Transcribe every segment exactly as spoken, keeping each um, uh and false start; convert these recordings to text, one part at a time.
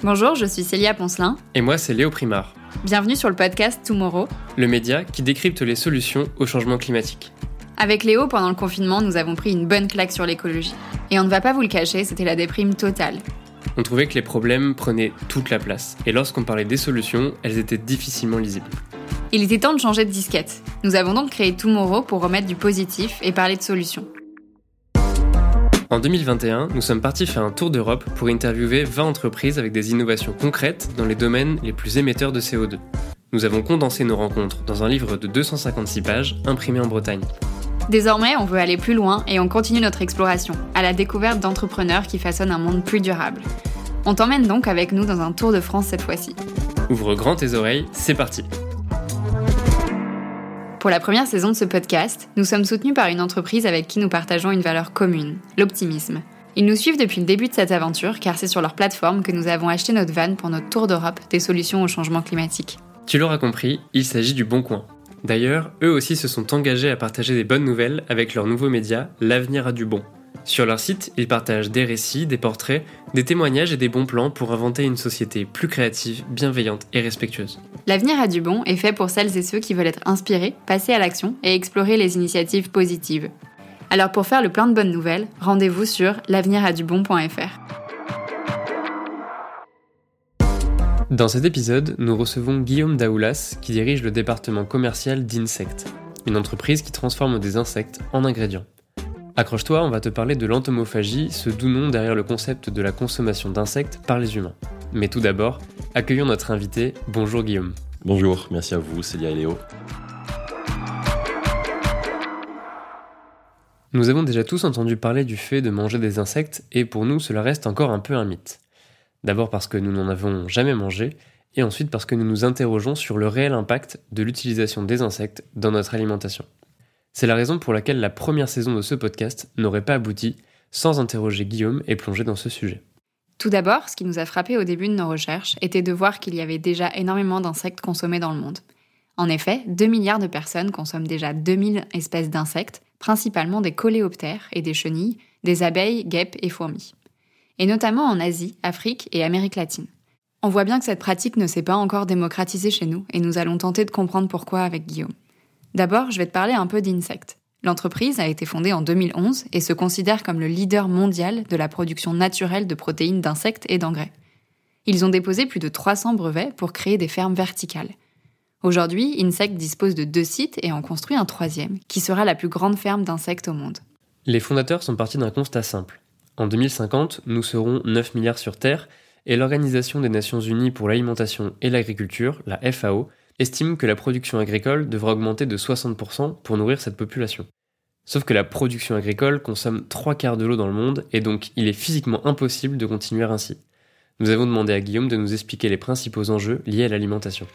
Bonjour, je suis Célia Poncelin. Et moi, c'est Léo Primard. Bienvenue sur le podcast Tomorrow, le média qui décrypte les solutions au changement climatique. Avec Léo, pendant le confinement, nous avons pris une bonne claque sur l'écologie. Et on ne va pas vous le cacher, c'était la déprime totale. On trouvait que les problèmes prenaient toute la place. Et lorsqu'on parlait des solutions, elles étaient difficilement lisibles. Il était temps de changer de disquette. Nous avons donc créé Tomorrow pour remettre du positif et parler de solutions. En deux mille vingt et un, nous sommes partis faire un tour d'Europe pour interviewer vingt entreprises avec des innovations concrètes dans les domaines les plus émetteurs de C O deux. Nous avons condensé nos rencontres dans un livre de deux cent cinquante-six pages imprimé en Bretagne. Désormais, on veut aller plus loin et on continue notre exploration, à la découverte d'entrepreneurs qui façonnent un monde plus durable. On t'emmène donc avec nous dans un tour de France cette fois-ci. Ouvre grand tes oreilles, c'est parti. Pour la première saison de ce podcast, nous sommes soutenus par une entreprise avec qui nous partageons une valeur commune, l'optimisme. Ils nous suivent depuis le début de cette aventure car c'est sur leur plateforme que nous avons acheté notre van pour notre tour d'Europe des solutions au changement climatique. Tu l'auras compris, il s'agit du Bon Coin. D'ailleurs, eux aussi se sont engagés à partager des bonnes nouvelles avec leur nouveau média, L'Avenir a du bon. Sur leur site, ils partagent des récits, des portraits, des témoignages et des bons plans pour inventer une société plus créative, bienveillante et respectueuse. L'Avenir a du bon est fait pour celles et ceux qui veulent être inspirés, passer à l'action et explorer les initiatives positives. Alors pour faire le plein de bonnes nouvelles, rendez-vous sur l'avenir a du bon point f r. Dans cet épisode, nous recevons Guillaume Daoulas qui dirige le département commercial d'Insect, une entreprise qui transforme des insectes en ingrédients. Accroche-toi, on va te parler de l'entomophagie, ce doux nom derrière le concept de la consommation d'insectes par les humains. Mais tout d'abord, accueillons notre invité. Bonjour Guillaume. Bonjour, merci à vous, Célia et Léo. Nous avons déjà tous entendu parler du fait de manger des insectes et pour nous, cela reste encore un peu un mythe. D'abord parce que nous n'en avons jamais mangé et ensuite parce que nous nous interrogeons sur le réel impact de l'utilisation des insectes dans notre alimentation. C'est la raison pour laquelle la première saison de ce podcast n'aurait pas abouti sans interroger Guillaume et plonger dans ce sujet. Tout d'abord, ce qui nous a frappé au début de nos recherches était de voir qu'il y avait déjà énormément d'insectes consommés dans le monde. En effet, deux milliards de personnes consomment déjà deux mille espèces d'insectes, principalement des coléoptères et des chenilles, des abeilles, guêpes et fourmis. Et notamment en Asie, Afrique et Amérique latine. On voit bien que cette pratique ne s'est pas encore démocratisée chez nous et nous allons tenter de comprendre pourquoi avec Guillaume. D'abord, je vais te parler un peu d'Insect. L'entreprise a été fondée en deux mille onze et se considère comme le leader mondial de la production naturelle de protéines d'insectes et d'engrais. Ils ont déposé plus de trois cents brevets pour créer des fermes verticales. Aujourd'hui, Insect dispose de deux sites et en construit un troisième, qui sera la plus grande ferme d'insectes au monde. Les fondateurs sont partis d'un constat simple. En deux mille cinquante, nous serons neuf milliards sur Terre et l'Organisation des Nations Unies pour l'alimentation et l'agriculture, la F A O, estime que la production agricole devra augmenter de soixante pour cent pour nourrir cette population. Sauf que la production agricole consomme trois quarts de l'eau dans le monde et donc il est physiquement impossible de continuer ainsi. Nous avons demandé à Guillaume de nous expliquer les principaux enjeux liés à l'alimentation.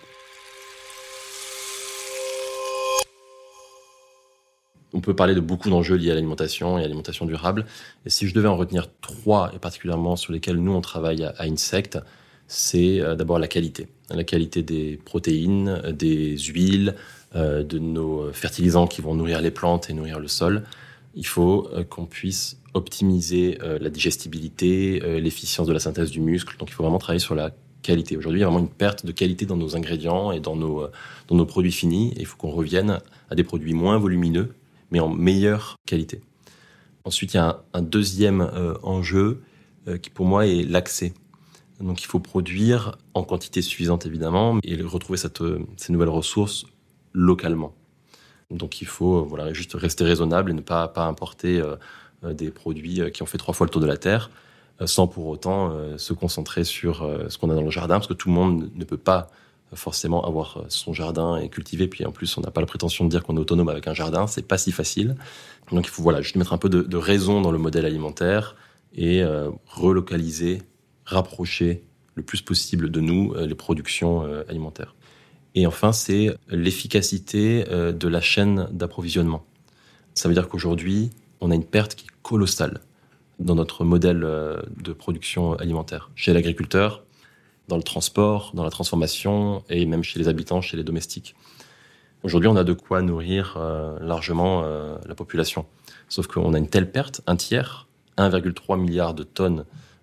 On peut parler de beaucoup d'enjeux liés à l'alimentation et à l'alimentation durable. Et si je devais en retenir trois, et particulièrement sur lesquels nous on travaille à Insect, c'est d'abord la qualité. La qualité des protéines, des huiles, euh, de nos fertilisants qui vont nourrir les plantes et nourrir le sol. Il faut euh, qu'on puisse optimiser euh, la digestibilité, euh, l'efficience de la synthèse du muscle. Donc il faut vraiment travailler sur la qualité. Aujourd'hui, il y a vraiment une perte de qualité dans nos ingrédients et dans nos, euh, dans nos produits finis. Et il faut qu'on revienne à des produits moins volumineux, mais en meilleure qualité. Ensuite, il y a un, un deuxième euh, enjeu euh, qui pour moi est l'accès. Donc il faut produire en quantité suffisante évidemment et retrouver cette, ces nouvelles ressources localement. Donc il faut voilà, juste rester raisonnable et ne pas, pas importer euh, des produits qui ont fait trois fois le tour de la Terre euh, sans pour autant euh, se concentrer sur euh, ce qu'on a dans le jardin parce que tout le monde ne peut pas forcément avoir son jardin et cultiver. Puis en plus on n'a pas la prétention de dire qu'on est autonome avec un jardin, c'est pas si facile. Donc il faut voilà, juste mettre un peu de, de raison dans le modèle alimentaire et euh, relocaliser rapprocher le plus possible de nous euh, les productions euh, alimentaires. Et enfin, c'est l'efficacité euh, de la chaîne d'approvisionnement. Ça veut dire qu'aujourd'hui, on a une perte qui est colossale dans notre modèle euh, de production alimentaire. Chez l'agriculteur, dans le transport, dans la transformation et même chez les habitants, chez les domestiques. Aujourd'hui, on a de quoi nourrir euh, largement euh, la population. Sauf qu'on a une telle perte, un tiers, un virgule trois milliard de tonnes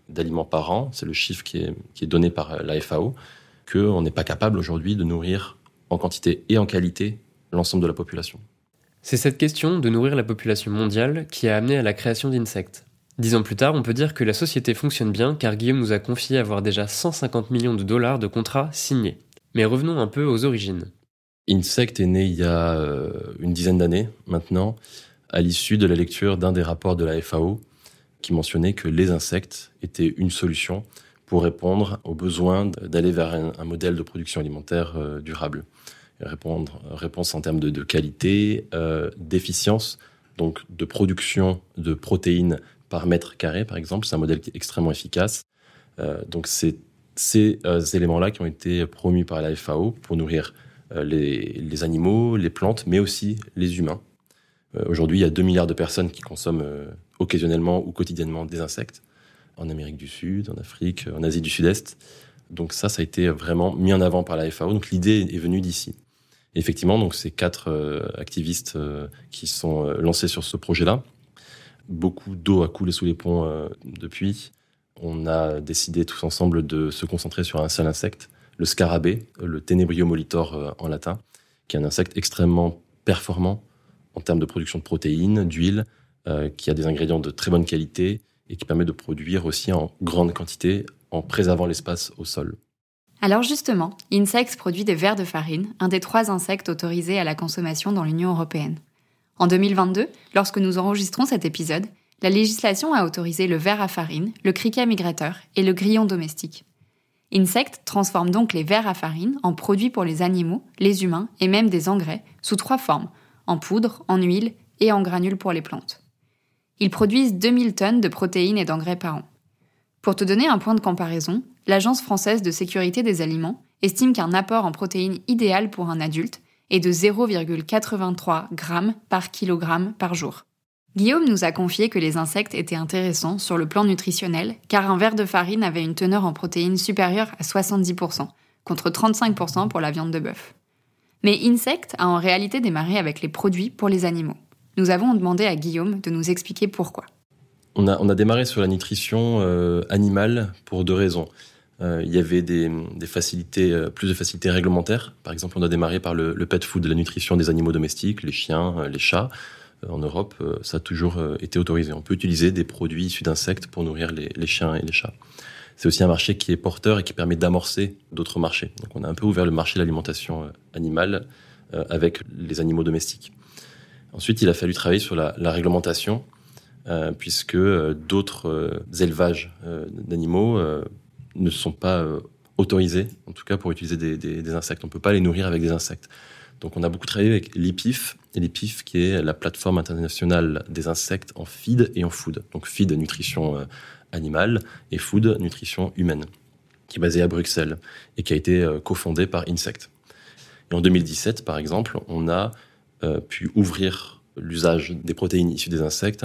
d'aliments par an, c'est le chiffre qui est, qui est donné par la F A O, qu'on n'est pas capable aujourd'hui de nourrir en quantité et en qualité l'ensemble de la population. C'est cette question de nourrir la population mondiale qui a amené à la création d'Insect. Dix ans plus tard, on peut dire que la société fonctionne bien car Guillaume nous a confié avoir déjà cent cinquante millions de dollars de contrats signés. Mais revenons un peu aux origines. Insect est né il y a euh, une dizaine d'années maintenant, à l'issue de la lecture d'un des rapports de la F A O qui mentionnait que les insectes étaient une solution pour répondre aux besoins d'aller vers un, un modèle de production alimentaire euh, durable. Répondre, réponse en termes de, de qualité, euh, d'efficience, donc de production de protéines par mètre carré, par exemple. C'est un modèle qui est extrêmement efficace. Euh, donc, c'est ces euh, éléments-là qui ont été promus par la F A O pour nourrir euh, les, les animaux, les plantes, mais aussi les humains. Euh, aujourd'hui, il y a deux milliards de personnes qui consomment euh, occasionnellement ou quotidiennement des insectes, en Amérique du Sud, en Afrique, en Asie du Sud-Est. Donc ça, ça a été vraiment mis en avant par la F A O. Donc l'idée est venue d'ici. Et effectivement, donc ces quatre euh, activistes euh, qui sont euh, lancés sur ce projet-là, beaucoup d'eau a coulé sous les ponts euh, depuis. On a décidé tous ensemble de se concentrer sur un seul insecte, le scarabée, le Tenebrio molitor euh, en latin, qui est un insecte extrêmement performant en termes de production de protéines, d'huile, euh, qui a des ingrédients de très bonne qualité et qui permet de produire aussi en grande quantité en préservant l'espace au sol. Alors justement, Insect produit des vers de farine, un des trois insectes autorisés à la consommation dans l'Union européenne. En deux mille vingt-deux, lorsque nous enregistrons cet épisode, la législation a autorisé le ver à farine, le criquet migrateur et le grillon domestique. Insect transforme donc les vers à farine en produits pour les animaux, les humains et même des engrais sous trois formes, en poudre, en huile et en granules pour les plantes. Ils produisent deux mille tonnes de protéines et d'engrais par an. Pour te donner un point de comparaison, l'Agence française de sécurité des aliments estime qu'un apport en protéines idéal pour un adulte est de zéro virgule quatre-vingt-trois grammes par kilogramme par jour. Guillaume nous a confié que les insectes étaient intéressants sur le plan nutritionnel car un ver de farine avait une teneur en protéines supérieure à soixante-dix pour cent, contre trente-cinq pour cent pour la viande de bœuf. Mais Insect a en réalité démarré avec les produits pour les animaux. Nous avons demandé à Guillaume de nous expliquer pourquoi. On a, on a démarré sur la nutrition euh, animale pour deux raisons. Euh, il y avait des, des facilités, euh, plus de facilités réglementaires. Par exemple, on a démarré par le, le pet food, la nutrition des animaux domestiques, les chiens, euh, les chats. Euh, en Europe, euh, ça a toujours euh, été autorisé. On peut utiliser des produits issus d'insectes pour nourrir les, les chiens et les chats. C'est aussi un marché qui est porteur et qui permet d'amorcer d'autres marchés. Donc on a un peu ouvert le marché de l'alimentation euh, animale euh, avec les animaux domestiques. Ensuite, il a fallu travailler sur la, la réglementation, euh, puisque euh, d'autres euh, élevages euh, d'animaux euh, ne sont pas euh, autorisés, en tout cas pour utiliser des, des, des insectes. On ne peut pas les nourrir avec des insectes. Donc on a beaucoup travaillé avec l'I P I F, et l'I P I F qui est la plateforme internationale des insectes en feed et en food. Donc feed, nutrition euh, animale, et food, nutrition humaine, qui est basée à Bruxelles et qui a été euh, cofondée par Insect. Et en deux mille dix-sept, par exemple, on a euh, pu ouvrir l'usage des protéines issues des insectes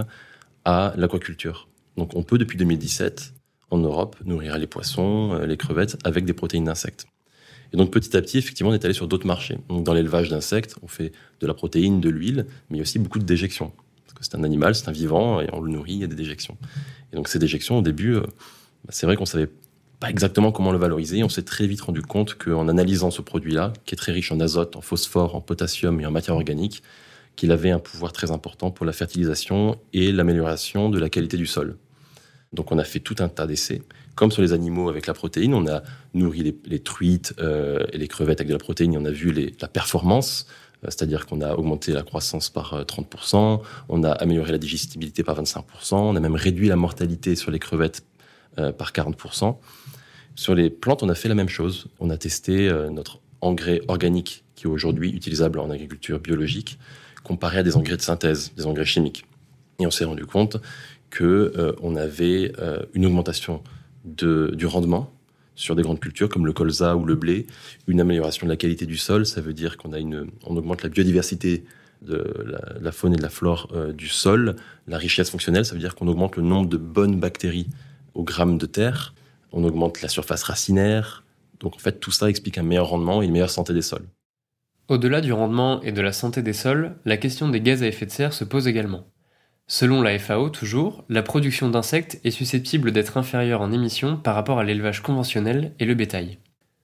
à l'aquaculture. Donc on peut, depuis deux mille dix-sept, en Europe, nourrir les poissons, euh, les crevettes avec des protéines d'insectes. Et donc petit à petit, effectivement, on est allé sur d'autres marchés. Donc, dans l'élevage d'insectes, on fait de la protéine, de l'huile, mais il y a aussi beaucoup de déjections. Parce que c'est un animal, c'est un vivant, et on le nourrit, il y a des déjections. Et donc ces déjections, au début, euh, bah, c'est vrai qu'on ne savait pas exactement comment le valoriser. On s'est très vite rendu compte qu'en analysant ce produit-là, qui est très riche en azote, en phosphore, en potassium et en matière organique, qu'il avait un pouvoir très important pour la fertilisation et l'amélioration de la qualité du sol. Donc on a fait tout un tas d'essais. Comme sur les animaux avec la protéine, on a nourri les, les truites euh, et les crevettes avec de la protéine et on a vu les, la performance, euh, c'est-à-dire qu'on a augmenté la croissance par euh, trente pour cent, on a amélioré la digestibilité par vingt-cinq pour cent, on a même réduit la mortalité sur les crevettes euh, par quarante pour cent. Sur les plantes, on a fait la même chose. On a testé euh, notre engrais organique qui est aujourd'hui utilisable en agriculture biologique comparé à des engrais de synthèse, des engrais chimiques. Et on s'est rendu compte qu'on euh, avait euh, une augmentation de, du rendement sur des grandes cultures comme le colza ou le blé, une amélioration de la qualité du sol, ça veut dire qu'on a une, on augmente la biodiversité de la, de la faune et de la flore euh, du sol, la richesse fonctionnelle, ça veut dire qu'on augmente le nombre de bonnes bactéries au gramme de terre, on augmente la surface racinaire, donc en fait tout ça explique un meilleur rendement et une meilleure santé des sols. Au-delà du rendement et de la santé des sols, la question des gaz à effet de serre se pose également. Selon la F A O, toujours, la production d'insectes est susceptible d'être inférieure en émissions par rapport à l'élevage conventionnel et le bétail.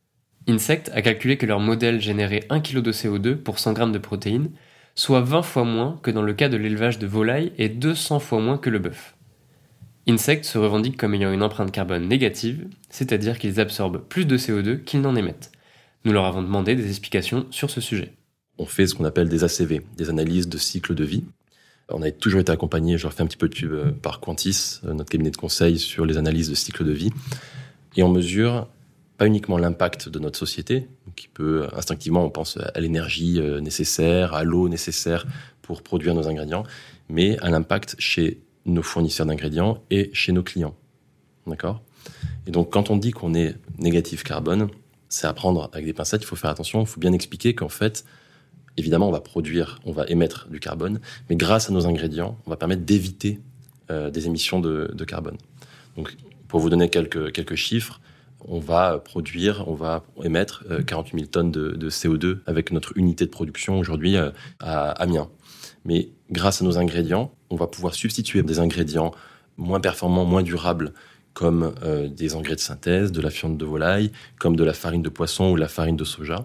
Insect a calculé que leur modèle générait un kilogramme de C O deux pour cent grammes de protéines, soit vingt fois moins que dans le cas de l'élevage de volailles et deux cents fois moins que le bœuf. Insect se revendique comme ayant une empreinte carbone négative, c'est-à-dire qu'ils absorbent plus de C O deux qu'ils n'en émettent. Nous leur avons demandé des explications sur ce sujet. On fait ce qu'on appelle des A C V, des analyses de cycle de vie. On a toujours été accompagné, je leur fais un petit peu de pub, par Quantis, notre cabinet de conseil sur les analyses de cycle de vie. Et on mesure pas uniquement l'impact de notre société, qui peut instinctivement, on pense à l'énergie nécessaire, à l'eau nécessaire pour produire nos ingrédients, mais à l'impact chez nos fournisseurs d'ingrédients et chez nos clients. D'accord ? Et donc, quand on dit qu'on est négatif carbone, c'est à prendre avec des pincettes, il faut faire attention, il faut bien expliquer qu'en fait, évidemment, on va produire, on va émettre du carbone, mais grâce à nos ingrédients, on va permettre d'éviter euh, des émissions de, de carbone. Donc, pour vous donner quelques, quelques chiffres, on va produire, on va émettre euh, quarante-huit mille tonnes de, de C O deux avec notre unité de production aujourd'hui euh, à Amiens. Mais grâce à nos ingrédients, on va pouvoir substituer des ingrédients moins performants, moins durables, comme euh, des engrais de synthèse, de la viande de volaille, comme de la farine de poisson ou de la farine de soja,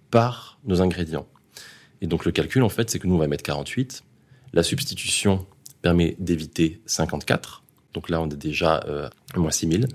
par nos ingrédients. Et donc le calcul, en fait, c'est que nous, on va mettre quarante-huit. La substitution permet d'éviter cinquante-quatre. Donc là, on est déjà euh, à moins six mille.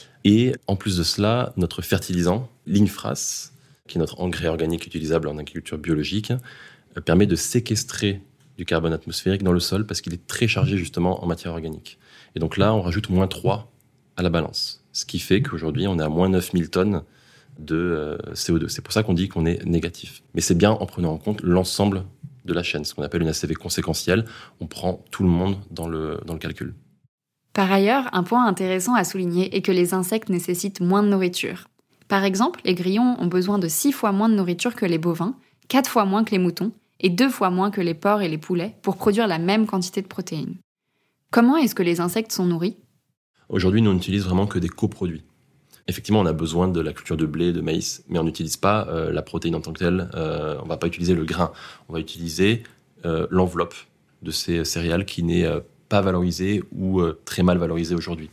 Et en plus de cela, notre fertilisant, l'Infras, qui est notre engrais organique utilisable en agriculture biologique, euh, permet de séquestrer du carbone atmosphérique dans le sol parce qu'il est très chargé justement en matière organique. Et donc là, on rajoute moins trois à la balance. Ce qui fait qu'aujourd'hui, on est à moins neuf mille tonnes de euh, C O deux. C'est pour ça qu'on dit qu'on est négatif. Mais c'est bien en prenant en compte l'ensemble de la chaîne, ce qu'on appelle une A C V conséquentielle. On prend tout le monde dans le, dans le calcul. Par ailleurs, un point intéressant à souligner est que les insectes nécessitent moins de nourriture. Par exemple, les grillons ont besoin de six fois moins de nourriture que les bovins, quatre fois moins que les moutons et deux fois moins que les porcs et les poulets pour produire la même quantité de protéines. Comment est-ce que les insectes sont nourris ? Aujourd'hui, nous on n'utilise vraiment que des coproduits. Effectivement, on a besoin de la culture de blé, de maïs, mais on n'utilise pas euh, la protéine en tant que telle. Euh, on ne va pas utiliser le grain. On va utiliser euh, l'enveloppe de ces céréales qui n'est euh, pas valorisée ou euh, très mal valorisée aujourd'hui.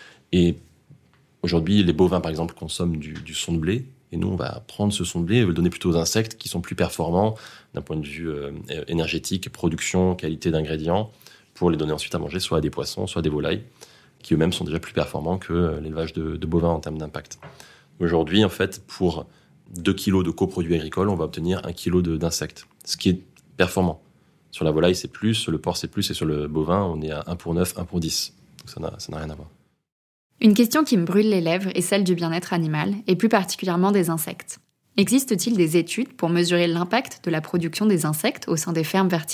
Et aujourd'hui, les bovins, par exemple, consomment du, du son de blé. Et nous, on va prendre ce son de blé et le donner plutôt aux insectes qui sont plus performants d'un point de vue euh, énergétique, production, qualité d'ingrédients, pour les donner ensuite à manger soit à des poissons, soit à des volailles, qui eux-mêmes sont déjà plus performants que l'élevage de, de bovins en termes d'impact. Aujourd'hui, en fait, pour deux kilos de coproduits agricoles, on va obtenir un kilo de, d'insectes, ce qui est performant. Sur la volaille, c'est plus, sur le porc, c'est plus, et sur le bovin, on est à un pour neuf, un pour dix. Donc ça n'a, ça n'a rien à voir. Une question qui me brûle les lèvres est celle du bien-être animal, et plus particulièrement des insectes. Existe-t-il des études pour mesurer l'impact de la production des insectes au sein des fermes verticales ?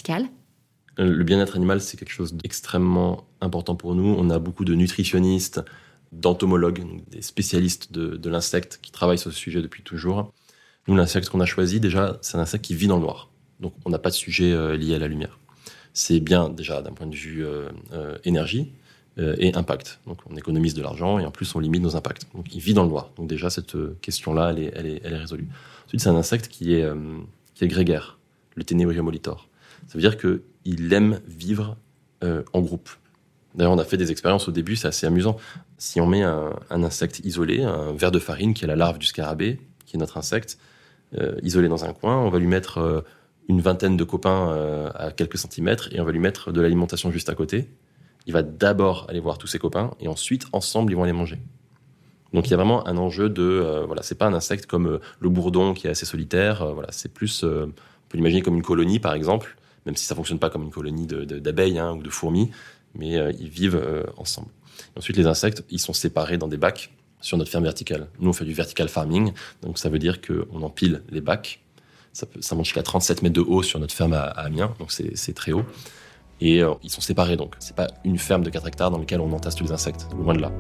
Le bien-être animal, c'est quelque chose d'extrêmement important pour nous. On a beaucoup de nutritionnistes, d'entomologues, des spécialistes de, de l'insecte qui travaillent sur ce sujet depuis toujours. Nous, l'insecte qu'on a choisi, déjà, c'est un insecte qui vit dans le noir. Donc, on n'a pas de sujet euh, lié à la lumière. C'est bien, déjà, d'un point de vue euh, euh, énergie euh, et impact. Donc, on économise de l'argent et en plus, on limite nos impacts. Donc, il vit dans le noir. Donc, déjà, cette euh, question-là, elle est, elle, est, elle est résolue. Ensuite, c'est un insecte qui est, euh, qui est grégaire, le Ténébrium molitor. Ça veut dire qu'il aime vivre euh, en groupe. D'ailleurs, on a fait des expériences au début, c'est assez amusant. Si on met un, un insecte isolé, un ver de farine, qui est la larve du scarabée, qui est notre insecte, euh, isolé dans un coin, on va lui mettre euh, une vingtaine de copains euh, à quelques centimètres et on va lui mettre de l'alimentation juste à côté. Il va d'abord aller voir tous ses copains et ensuite, ensemble, ils vont aller manger. Donc, il y a vraiment un enjeu de... Euh, voilà, c'est pas un insecte comme euh, le bourdon qui est assez solitaire. Euh, voilà, c'est plus... Euh, on peut l'imaginer comme une colonie, par exemple, même si ça fonctionne pas comme une colonie de, de, d'abeilles hein, ou de fourmis, mais euh, ils vivent euh, ensemble. Et ensuite, les insectes, ils sont séparés dans des bacs sur notre ferme verticale. Nous, on fait du vertical farming, donc ça veut dire qu'on empile les bacs. Ça, peut, ça monte jusqu'à trente-sept mètres de haut sur notre ferme à, à Amiens, donc c'est, c'est très haut. Et euh, ils sont séparés, donc c'est pas une ferme de quatre hectares dans laquelle on entasse tous les insectes, loin de là.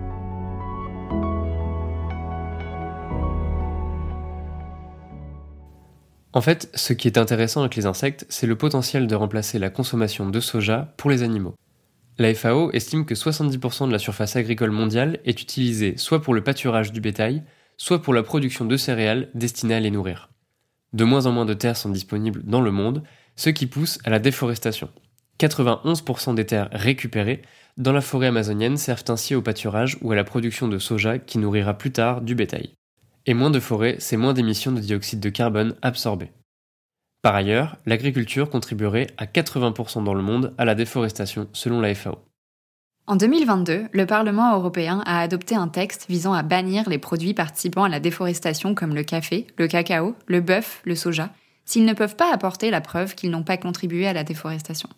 En fait, ce qui est intéressant avec les insectes, c'est le potentiel de remplacer la consommation de soja pour les animaux. La F A O estime que soixante-dix pour cent de la surface agricole mondiale est utilisée soit pour le pâturage du bétail, soit pour la production de céréales destinées à les nourrir. De moins en moins de terres sont disponibles dans le monde, ce qui pousse à la déforestation. quatre-vingt-onze pour cent des terres récupérées dans la forêt amazonienne servent ainsi au pâturage ou à la production de soja qui nourrira plus tard du bétail. Et moins de forêt, c'est moins d'émissions de dioxyde de carbone absorbées. Par ailleurs, l'agriculture contribuerait à quatre-vingts pour cent dans le monde à la déforestation selon la F A O. En deux mille vingt-deux, le Parlement européen a adopté un texte visant à bannir les produits participant à la déforestation comme le café, le cacao, le bœuf, le soja, s'ils ne peuvent pas apporter la preuve qu'ils n'ont pas contribué à la déforestation.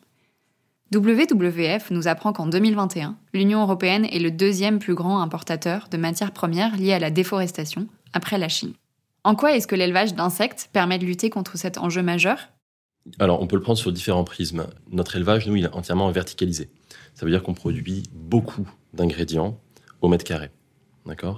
W W F nous apprend qu'en deux mille vingt et un, l'Union européenne est le deuxième plus grand importateur de matières premières liées à la déforestation, après la Chine. En quoi est-ce que l'élevage d'insectes permet de lutter contre cet enjeu majeur ? Alors, on peut le prendre sur différents prismes. Notre élevage, nous, il est entièrement verticalisé. Ça veut dire qu'on produit beaucoup d'ingrédients au mètre carré. D'accord ?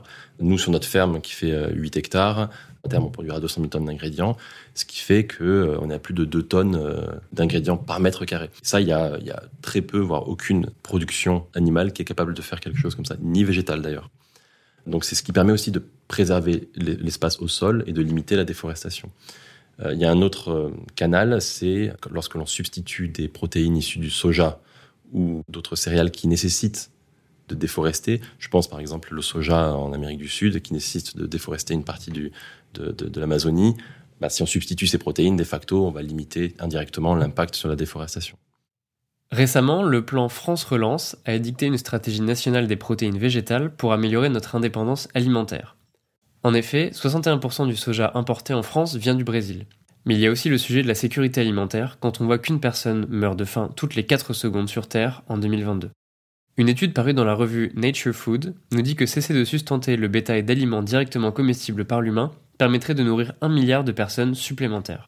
Nous, sur notre ferme qui fait huit hectares, à terme, on produira deux cent mille tonnes d'ingrédients, ce qui fait qu'on euh, est à plus de deux tonnes euh, d'ingrédients par mètre carré. Ça, il y a, il y a très peu, voire aucune production animale qui est capable de faire quelque chose comme ça, ni végétale d'ailleurs. Donc, c'est ce qui permet aussi de préserver l'espace au sol et de limiter la déforestation. Euh, il y a un autre euh, canal, c'est lorsque l'on substitue des protéines issues du soja ou d'autres céréales qui nécessitent de déforester. Je pense par exemple au soja en Amérique du Sud qui nécessite de déforester une partie du, de, de, de l'Amazonie. Bah, si on substitue ces protéines, de facto, on va limiter indirectement l'impact sur la déforestation. Récemment, le plan France Relance a édicté une stratégie nationale des protéines végétales pour améliorer notre indépendance alimentaire. En effet, soixante et un pour cent du soja importé en France vient du Brésil. Mais il y a aussi le sujet de la sécurité alimentaire quand on voit qu'une personne meurt de faim toutes les quatre secondes sur Terre en deux mille vingt-deux. Une étude parue dans la revue Nature Food nous dit que cesser de sustenter le bétail d'aliments directement comestibles par l'humain permettrait de nourrir un milliard de personnes supplémentaires.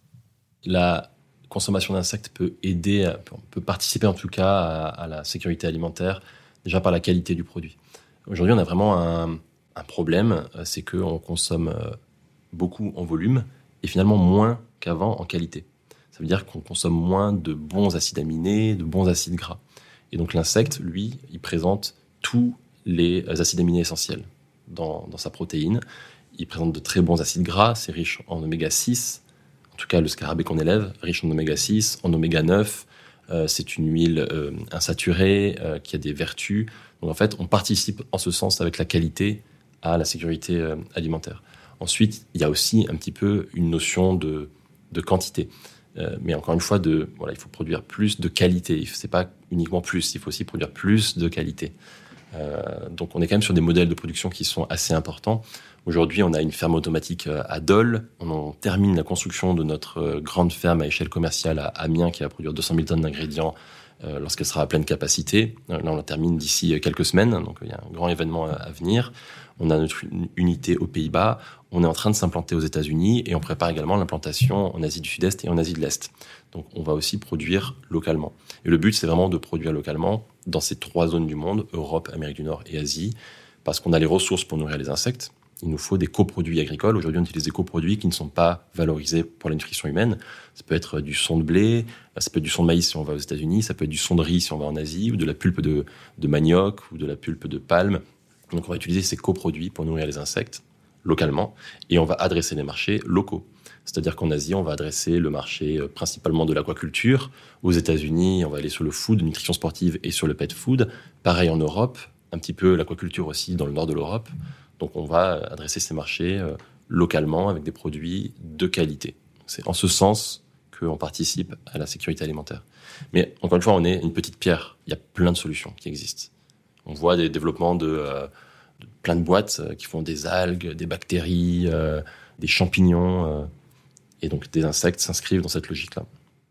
La consommation d'insectes peut aider, peut participer en tout cas à, à la sécurité alimentaire, déjà par la qualité du produit. Aujourd'hui, on a vraiment un, un problème, c'est qu'on consomme beaucoup en volume et finalement moins qu'avant en qualité. Ça veut dire qu'on consomme moins de bons acides aminés, de bons acides gras. Et donc l'insecte, lui, il présente tous les acides aminés essentiels dans, dans sa protéine. Il présente de très bons acides gras, c'est riche en oméga six, en tout cas le scarabée qu'on élève, riche en oméga six, en oméga neuf. Euh, c'est une huile euh, insaturée euh, qui a des vertus. Donc en fait, on participe en ce sens avec la qualité à la sécurité euh, alimentaire. Ensuite, il y a aussi un petit peu une notion de, de quantité. Euh, mais encore une fois, de, voilà, il faut produire plus de qualité. Ce n'est pas uniquement plus, il faut aussi produire plus de qualité. Euh, donc on est quand même sur des modèles de production qui sont assez importants. Aujourd'hui, on a une ferme automatique à Dole. On en termine la construction de notre grande ferme à échelle commerciale à Amiens qui va produire deux cent mille tonnes d'ingrédients euh, lorsqu'elle sera à pleine capacité. Là, on la termine d'ici quelques semaines, donc il y a un grand événement à venir. On a notre unité aux Pays-Bas. On est en train de s'implanter aux États-Unis et on prépare également l'implantation en Asie du Sud-Est et en Asie de l'Est. Donc, on va aussi produire localement. Et le but, c'est vraiment de produire localement dans ces trois zones du monde, Europe, Amérique du Nord et Asie, parce qu'on a les ressources pour nourrir les insectes. Il nous faut des coproduits agricoles. Aujourd'hui, on utilise des coproduits qui ne sont pas valorisés pour la nutrition humaine. Ça peut être du son de blé, ça peut être du son de maïs si on va aux États-Unis, ça peut être du son de riz si on va en Asie, ou de la pulpe de, de manioc, ou de la pulpe de palme. Donc, on va utiliser ces coproduits pour nourrir les insectes localement, et on va adresser les marchés locaux. C'est-à-dire qu'en Asie, on va adresser le marché principalement de l'aquaculture. Aux États-Unis, on va aller sur le food, nutrition sportive et sur le pet food. Pareil en Europe, un petit peu l'aquaculture aussi dans le nord de l'Europe. Donc on va adresser ces marchés euh, localement avec des produits de qualité. C'est en ce sens qu'on participe à la sécurité alimentaire. Mais encore une fois, on est une petite pierre. Il y a plein de solutions qui existent. On voit des développements de, euh, de plein de boîtes euh, qui font des algues, des bactéries, euh, des champignons. Euh, et donc des insectes s'inscrivent dans cette logique-là.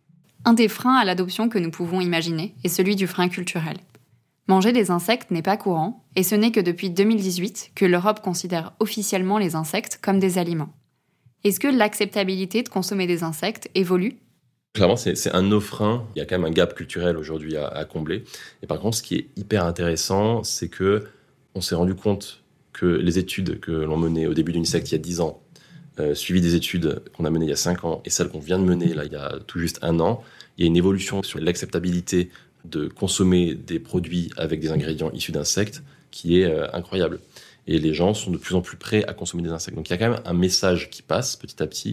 Un des freins à l'adoption que nous pouvons imaginer est celui du frein culturel. Manger des insectes n'est pas courant, et ce n'est que depuis deux mille dix-huit que l'Europe considère officiellement les insectes comme des aliments. Est-ce que l'acceptabilité de consommer des insectes évolue ? Clairement, c'est, c'est un de nos freins. Il y a quand même un gap culturel aujourd'hui à, à combler. Et par contre, ce qui est hyper intéressant, c'est que on s'est rendu compte que les études que l'on menait au début d'Unisect il y a dix ans, euh, suivies des études qu'on a menées il y a cinq ans, et celles qu'on vient de mener là, il y a tout juste un an, il y a une évolution sur l'acceptabilité de consommer des produits avec des ingrédients issus d'insectes qui est euh, incroyable. Et les gens sont de plus en plus prêts à consommer des insectes. Donc il y a quand même un message qui passe petit à petit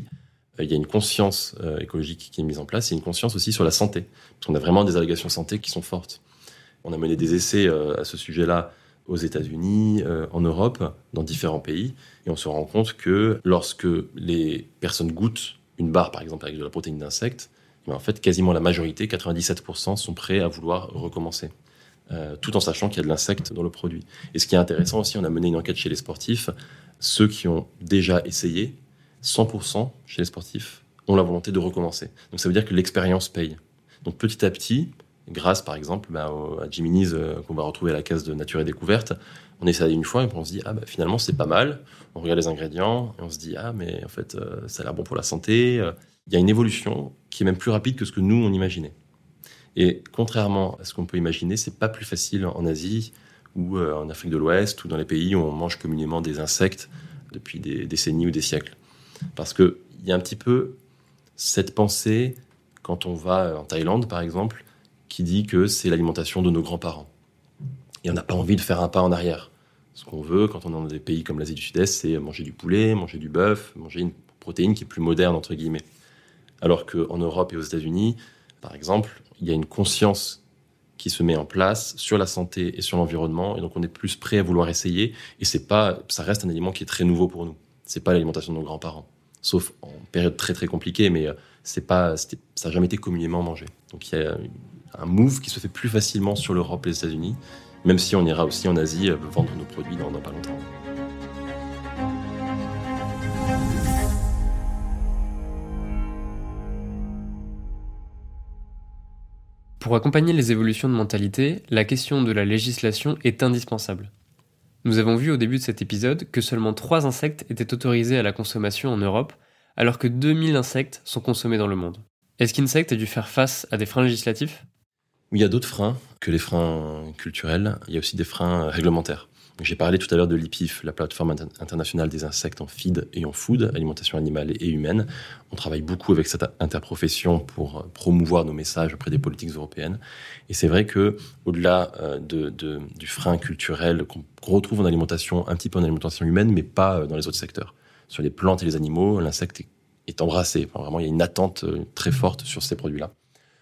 il y a une conscience euh, écologique qui est mise en place et une conscience aussi sur la santé. Parce qu'on a vraiment des allégations santé qui sont fortes. On a mené des essais euh, à ce sujet-là aux États-Unis, euh, en Europe, dans différents pays. Et on se rend compte que lorsque les personnes goûtent une barre, par exemple, avec de la protéine d'insecte, en fait, quasiment la majorité, quatre-vingt-dix-sept pour cent, sont prêts à vouloir recommencer. Euh, tout en sachant qu'il y a de l'insecte dans le produit. Et ce qui est intéressant aussi, on a mené une enquête chez les sportifs. Ceux qui ont déjà essayé, cent pour cent chez les sportifs, ont la volonté de recommencer. Donc ça veut dire que l'expérience paye. Donc petit à petit, grâce par exemple bah, à Jiminy's euh, qu'on va retrouver à la case de Nature et Découverte, on essaye une fois et on se dit ah bah, finalement c'est pas mal. On regarde les ingrédients et on se dit ah mais en fait euh, ça a l'air bon pour la santé. Il y a une évolution qui est même plus rapide que ce que nous on imaginait. Et contrairement à ce qu'on peut imaginer, c'est pas plus facile en Asie ou euh, en Afrique de l'Ouest ou dans les pays où on mange communément des insectes depuis des décennies ou des siècles. Parce qu'il y a un petit peu cette pensée, quand on va en Thaïlande par exemple, qui dit que c'est l'alimentation de nos grands-parents. Et on n'a pas envie de faire un pas en arrière. Ce qu'on veut, quand on est dans des pays comme l'Asie du Sud-Est, c'est manger du poulet, manger du bœuf, manger une protéine qui est plus moderne, entre guillemets. Alors qu'en Europe et aux États-Unis, par exemple, il y a une conscience qui se met en place sur la santé et sur l'environnement, et donc on est plus prêt à vouloir essayer, et c'est pas, ça reste un aliment qui est très nouveau pour nous. C'est pas l'alimentation de nos grands-parents, sauf en période très très compliquée, mais c'est pas, ça n'a jamais été communément mangé. Donc il y a un move qui se fait plus facilement sur l'Europe et les États-Unis, même si on ira aussi en Asie vendre nos produits dans, dans pas longtemps. Pour accompagner les évolutions de mentalité, la question de la législation est indispensable. Nous avons vu au début de cet épisode que seulement trois insectes étaient autorisés à la consommation en Europe, alors que deux mille insectes sont consommés dans le monde. Est-ce qu'Insect a dû faire face à des freins législatifs ? Il y a d'autres freins que les freins culturels, il y a aussi des freins réglementaires. J'ai parlé tout à l'heure de l'I P I F, la plateforme internationale des insectes en feed et en food, alimentation animale et humaine. On travaille beaucoup avec cette interprofession pour promouvoir nos messages auprès des politiques européennes. Et c'est vrai que, au-delà de, de, du frein culturel qu'on retrouve en alimentation, un petit peu en alimentation humaine, mais pas dans les autres secteurs. Sur les plantes et les animaux, l'insecte est, est embrassé. Enfin, vraiment, il y a une attente très forte sur ces produits-là.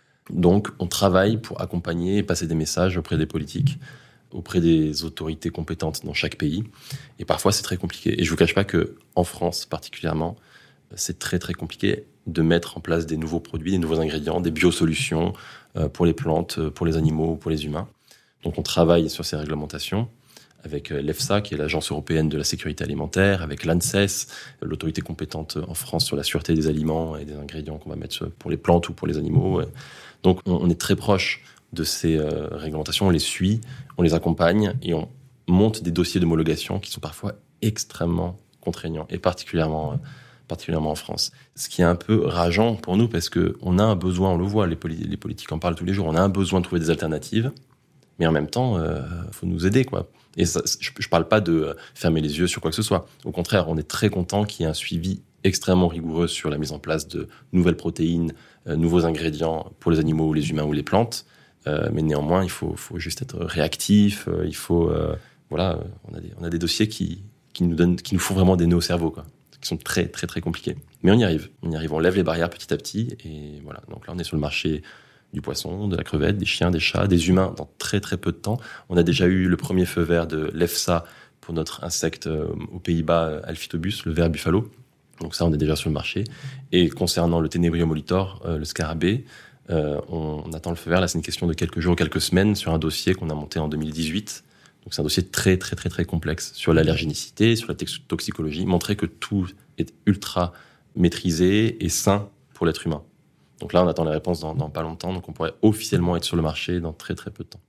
Donc, on travaille pour accompagner et passer des messages auprès des politiques, auprès des autorités compétentes dans chaque pays. Et parfois, c'est très compliqué. Et je ne vous cache pas qu'en France, particulièrement, c'est très, très compliqué de mettre en place des nouveaux produits, des nouveaux ingrédients, des biosolutions pour les plantes, pour les animaux, pour les humains. Donc, on travaille sur ces réglementations avec l'EFSA, qui est l'Agence européenne de la sécurité alimentaire, avec l'ANSES, l'autorité compétente en France sur la sûreté des aliments et des ingrédients qu'on va mettre pour les plantes ou pour les animaux. Donc, on est très proche de ces euh, réglementations, on les suit, on les accompagne et on monte des dossiers d'homologation qui sont parfois extrêmement contraignants, et particulièrement, euh, particulièrement en France. Ce qui est un peu rageant pour nous, parce qu'on a un besoin, on le voit, les, poli- les politiques en parlent tous les jours, on a un besoin de trouver des alternatives, mais en même temps, il euh, faut nous aider, quoi. Et ça, je ne parle pas de fermer les yeux sur quoi que ce soit. Au contraire, on est très content qu'il y ait un suivi extrêmement rigoureux sur la mise en place de nouvelles protéines, euh, nouveaux ingrédients pour les animaux, les humains ou les plantes. Euh, mais néanmoins, il faut, faut juste être réactif. Euh, il faut, euh, voilà, euh, on a des, on a des dossiers qui, qui nous donnent, qui nous font vraiment des nœuds au cerveau, quoi, qui sont très, très, très compliqués. Mais on y arrive. On y arrive. On lève les barrières petit à petit. Et voilà. Donc là, on est sur le marché du poisson, de la crevette, des chiens, des chats, des humains dans très, très peu de temps. On a déjà eu le premier feu vert de l'EFSA pour notre insecte euh, aux Pays-Bas, Alphytobus, le ver buffalo. Donc ça, on est déjà sur le marché. Et concernant le Ténébrium molitor, euh, le scarabée, Euh, on, on attend le feu vert. Là, c'est une question de quelques jours, quelques semaines sur un dossier qu'on a monté en deux mille dix-huit. Donc, c'est un dossier très, très, très, très complexe sur l'allergénicité, sur la toxicologie, montrer que tout est ultra maîtrisé et sain pour l'être humain. Donc là, on attend les réponses dans, dans pas longtemps. Donc, on pourrait officiellement être sur le marché dans très, très peu de temps.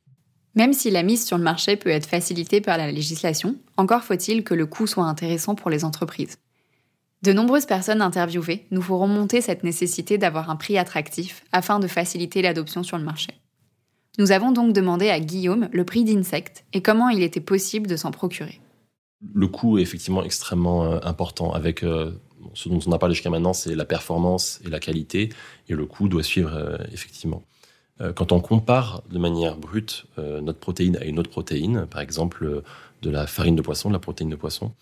Même si la mise sur le marché peut être facilitée par la législation, encore faut-il que le coût soit intéressant pour les entreprises. De nombreuses personnes interviewées nous font remonter cette nécessité d'avoir un prix attractif afin de faciliter l'adoption sur le marché. Nous avons donc demandé à Guillaume le prix d'Insect et comment il était possible de s'en procurer. Le coût est effectivement extrêmement euh, important. Avec euh, ce dont on a parlé jusqu'à maintenant, c'est la performance et la qualité, et le coût doit suivre euh, effectivement. Euh, quand on compare de manière brute euh, notre protéine à une autre protéine, par exemple euh, de la farine de poisson, de la protéine de poisson,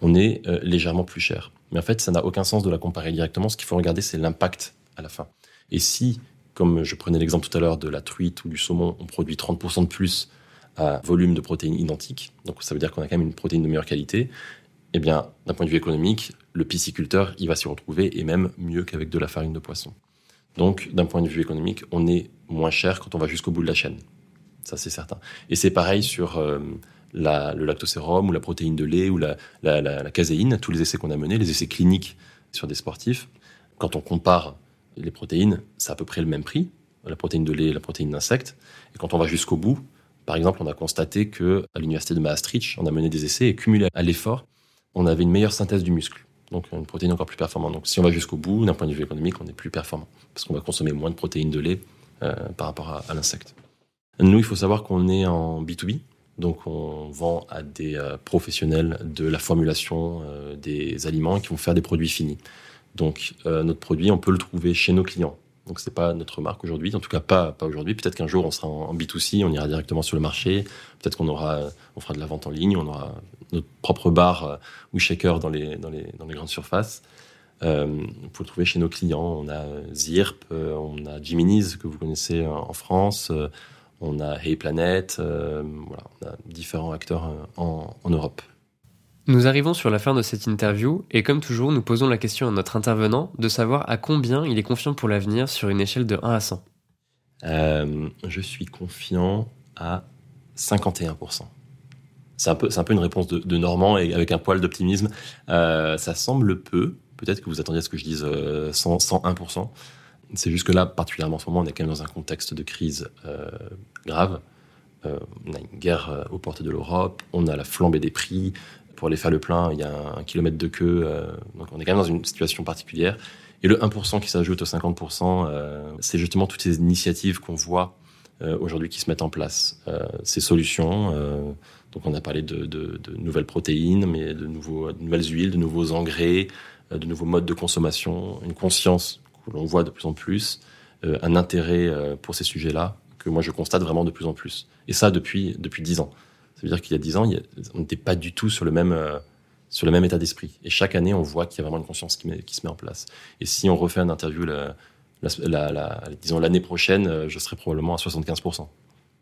on est euh, légèrement plus cher. Mais en fait, ça n'a aucun sens de la comparer directement. Ce qu'il faut regarder, c'est l'impact à la fin. Et si, comme je prenais l'exemple tout à l'heure de la truite ou du saumon, on produit trente pour cent de plus à volume de protéines identiques, donc ça veut dire qu'on a quand même une protéine de meilleure qualité, eh bien, d'un point de vue économique, le pisciculteur, il va s'y retrouver, et même mieux qu'avec de la farine de poisson. Donc, d'un point de vue économique, on est moins cher quand on va jusqu'au bout de la chaîne. Ça, c'est certain. Et c'est pareil sur euh, la, le lactosérum ou la protéine de lait ou la, la, la, la caséine, tous les essais qu'on a menés, les essais cliniques sur des sportifs. Quand on compare les protéines, c'est à peu près le même prix, la protéine de lait et la protéine d'insecte. Et quand on va jusqu'au bout, par exemple, on a constaté qu'à l'université de Maastricht, on a mené des essais et cumulé à l'effort, on avait une meilleure synthèse du muscle. Donc une protéine encore plus performante. Donc si on va jusqu'au bout, d'un point de vue économique, on est plus performant. Parce qu'on va consommer moins de protéines de lait euh, par rapport à, à l'insecte. Nous, il faut savoir qu'on est en B deux B. Donc on vend à des euh, professionnels de la formulation euh, des aliments qui vont faire des produits finis. Donc euh, notre produit, on peut le trouver chez nos clients. Donc c'est pas notre marque aujourd'hui, en tout cas pas, pas aujourd'hui. Peut-être qu'un jour on sera en, en B deux C, on ira directement sur le marché. Peut-être qu'on aura, on fera de la vente en ligne, on aura notre propre bar euh, ou shaker dans les, dans les, dans les grandes surfaces. Euh, on peut le trouver chez nos clients. On a Zirp, euh, on a Jiminy's que vous connaissez euh, en France, euh, on a Hey Planet, euh, voilà, on a différents acteurs euh, en, en Europe. Nous arrivons sur la fin de cette interview et comme toujours, nous posons la question à notre intervenant de savoir à combien il est confiant pour l'avenir sur une échelle de un à cent. Euh, je suis confiant à cinquante et un pour cent. C'est un peu, c'est un peu une réponse de, de Normand et avec un poil d'optimisme. Euh, ça semble peu. Peut-être que vous attendiez à ce que je dise euh, cent, cent un pour cent. C'est juste que là, particulièrement en ce moment, on est quand même dans un contexte de crise euh, grave. Euh, on a une guerre euh, aux portes de l'Europe, on a la flambée des prix. Pour aller faire le plein, il y a un kilomètre de queue. Euh, donc on est quand même dans une situation particulière. Et le un pour cent qui s'ajoute au cinquante pour cent, euh, c'est justement toutes ces initiatives qu'on voit euh, aujourd'hui qui se mettent en place. Euh, ces solutions, euh, donc on a parlé de, de, de nouvelles protéines, mais de, nouveaux, de nouvelles huiles, de nouveaux engrais, euh, de nouveaux modes de consommation, une conscience que l'on voit de plus en plus, euh, un intérêt euh, pour ces sujets-là que moi je constate vraiment de plus en plus. Et ça depuis depuis dix ans. Ça veut dire qu'il y a dix ans, il y a, on n'était pas du tout sur le même euh, sur le même état d'esprit. Et chaque année, on voit qu'il y a vraiment une conscience qui, met, qui se met en place. Et si on refait une interview, la, la, la, la, disons l'année prochaine, euh, je serai probablement à soixante-quinze pour cent.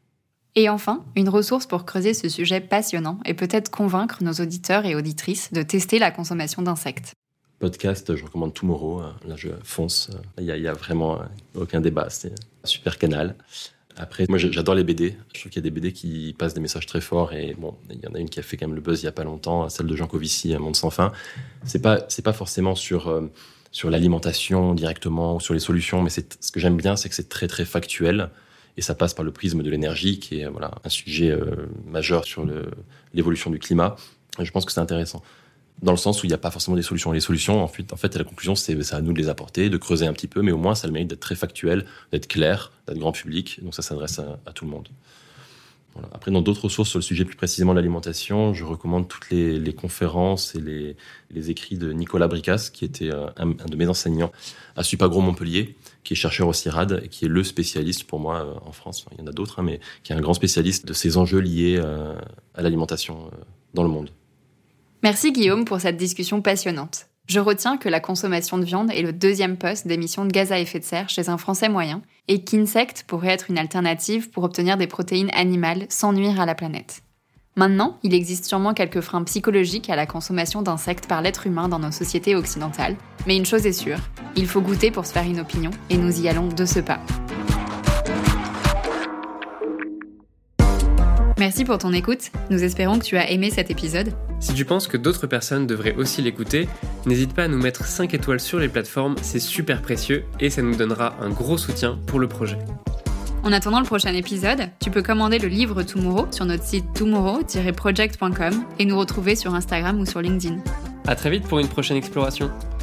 Et enfin, une ressource pour creuser ce sujet passionnant et peut-être convaincre nos auditeurs et auditrices de tester la consommation d'insectes. Podcast, je recommande Tomorrow. Là, je fonce. Il n'y a, a vraiment aucun débat. C'est un super canal. Après, moi, j'adore les B D. Je trouve qu'il y a des B D qui passent des messages très forts. Et bon, il y en a une qui a fait quand même le buzz il n'y a pas longtemps, celle de Jean Covici, Un monde sans fin. C'est pas, c'est pas forcément sur, euh, sur l'alimentation directement ou sur les solutions, mais c'est, ce que j'aime bien, c'est que c'est très, très factuel. Et ça passe par le prisme de l'énergie, qui est voilà, un sujet euh, majeur sur le, l'évolution du climat. Et je pense que c'est intéressant. Dans le sens où il n'y a pas forcément des solutions. Les solutions, en fait, en fait la conclusion, c'est, c'est à nous de les apporter, de creuser un petit peu, mais au moins, ça a le mérite d'être très factuel, d'être clair, d'être grand public. Donc ça s'adresse à, à tout le monde. Voilà. Après, dans d'autres ressources sur le sujet plus précisément de l'alimentation, je recommande toutes les, les conférences et les, les écrits de Nicolas Bricas, qui était un, un de mes enseignants à Supagro Montpellier, qui est chercheur au CIRAD et qui est le spécialiste pour moi en France. Enfin, il y en a d'autres, hein, mais qui est un grand spécialiste de ces enjeux liés euh, à l'alimentation euh, dans le monde. Merci Guillaume pour cette discussion passionnante. Je retiens que la consommation de viande est le deuxième poste d'émissions de gaz à effet de serre chez un Français moyen et qu'Insect pourrait être une alternative pour obtenir des protéines animales sans nuire à la planète. Maintenant, il existe sûrement quelques freins psychologiques à la consommation d'insectes par l'être humain dans nos sociétés occidentales, mais une chose est sûre, il faut goûter pour se faire une opinion et nous y allons de ce pas. Merci pour ton écoute, nous espérons que tu as aimé cet épisode. Si tu penses que d'autres personnes devraient aussi l'écouter, n'hésite pas à nous mettre cinq étoiles sur les plateformes, c'est super précieux et ça nous donnera un gros soutien pour le projet. En attendant le prochain épisode, tu peux commander le livre Tomorrow sur notre site tomorrow tiret project point com et nous retrouver sur Instagram ou sur LinkedIn. À très vite pour une prochaine exploration.